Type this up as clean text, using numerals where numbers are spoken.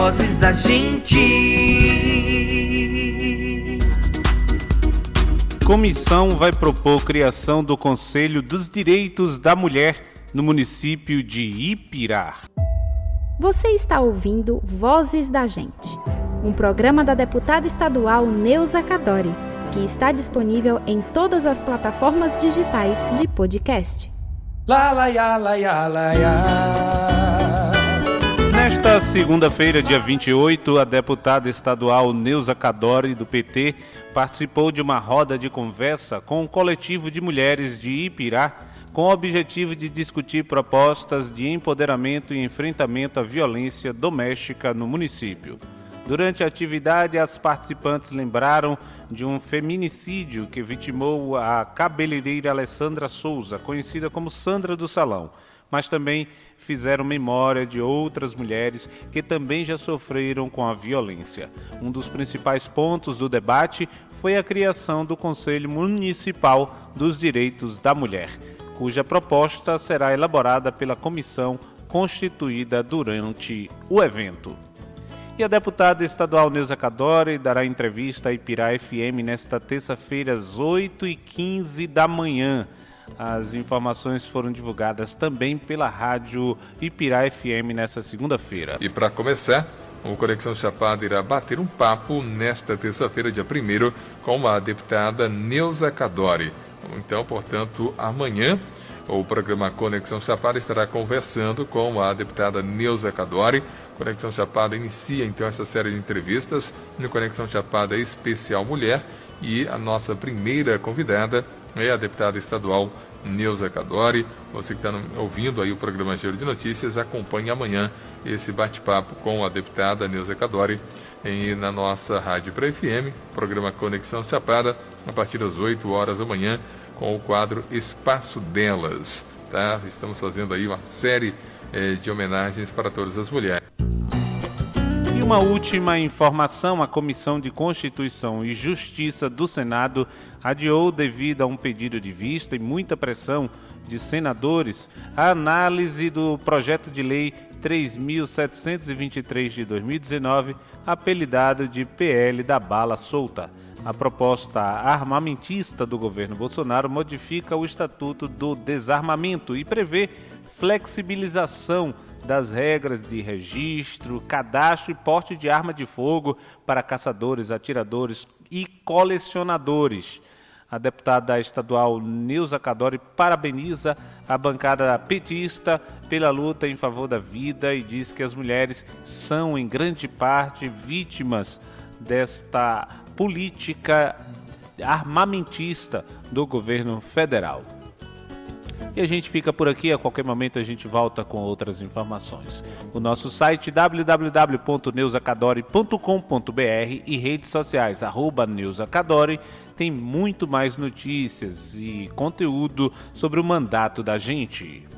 Vozes da Gente. Comissão vai propor criação do Conselho dos Direitos da Mulher no município de Ipirá. Você está ouvindo Vozes da Gente, um programa da deputada estadual Neuza Cadori, que está disponível em todas as plataformas digitais de podcast. Nesta segunda-feira, dia 28, a deputada estadual Neuza Cadori, do PT, participou de uma roda de conversa com o coletivo de mulheres de Ipirá, com o objetivo de discutir propostas de empoderamento e enfrentamento à violência doméstica no município. Durante a atividade, as participantes lembraram de um feminicídio que vitimou a cabeleireira Alessandra Souza, conhecida como Sandra do Salão, mas também fizeram memória de outras mulheres que também já sofreram com a violência. Um dos principais pontos do debate foi a criação do Conselho Municipal dos Direitos da Mulher, cuja proposta será elaborada pela comissão constituída durante o evento. E a deputada estadual Neuza Cadori dará entrevista à Ipirá FM nesta terça-feira, às 8h15 da manhã. As informações foram divulgadas também pela rádio Ipirá FM nesta segunda-feira. E para começar, o Conexão Chapada irá bater um papo nesta terça-feira, dia 1º, com a deputada Neuza Cadori. Então, portanto, amanhã o programa Conexão Chapada estará conversando com a deputada Neuza Cadori. Conexão Chapada inicia então essa série de entrevistas no Conexão Chapada Especial Mulher, e a nossa primeira convidada é a deputada estadual Neuza Cadori. Você que está ouvindo aí o programa Giro de Notícias, acompanhe amanhã esse bate-papo com a deputada Neuza Cadori na nossa rádio Ipirá FM, programa Conexão Chapada, a partir das 8 horas da manhã, com o quadro Espaço Delas. Tá? Estamos fazendo aí uma série de homenagens para todas as mulheres. E uma última informação: a Comissão de Constituição e Justiça do Senado adiou, devido a um pedido de vista e muita pressão de senadores, a análise do projeto de lei 3.723 de 2019, apelidado de PL da Bala Solta. A proposta armamentista do governo Bolsonaro modifica o Estatuto do Desarmamento e prevê flexibilização das regras de registro, cadastro e porte de arma de fogo para caçadores, atiradores e colecionadores. A deputada estadual Neuza Cadori parabeniza a bancada petista pela luta em favor da vida e diz que as mulheres são, em grande parte, vítimas desta política armamentista do governo federal. E a gente fica por aqui, a qualquer momento a gente volta com outras informações. O nosso site www.neuzacadori.com.br e redes sociais @NeuzaCadori tem muito mais notícias e conteúdo sobre o mandato da gente.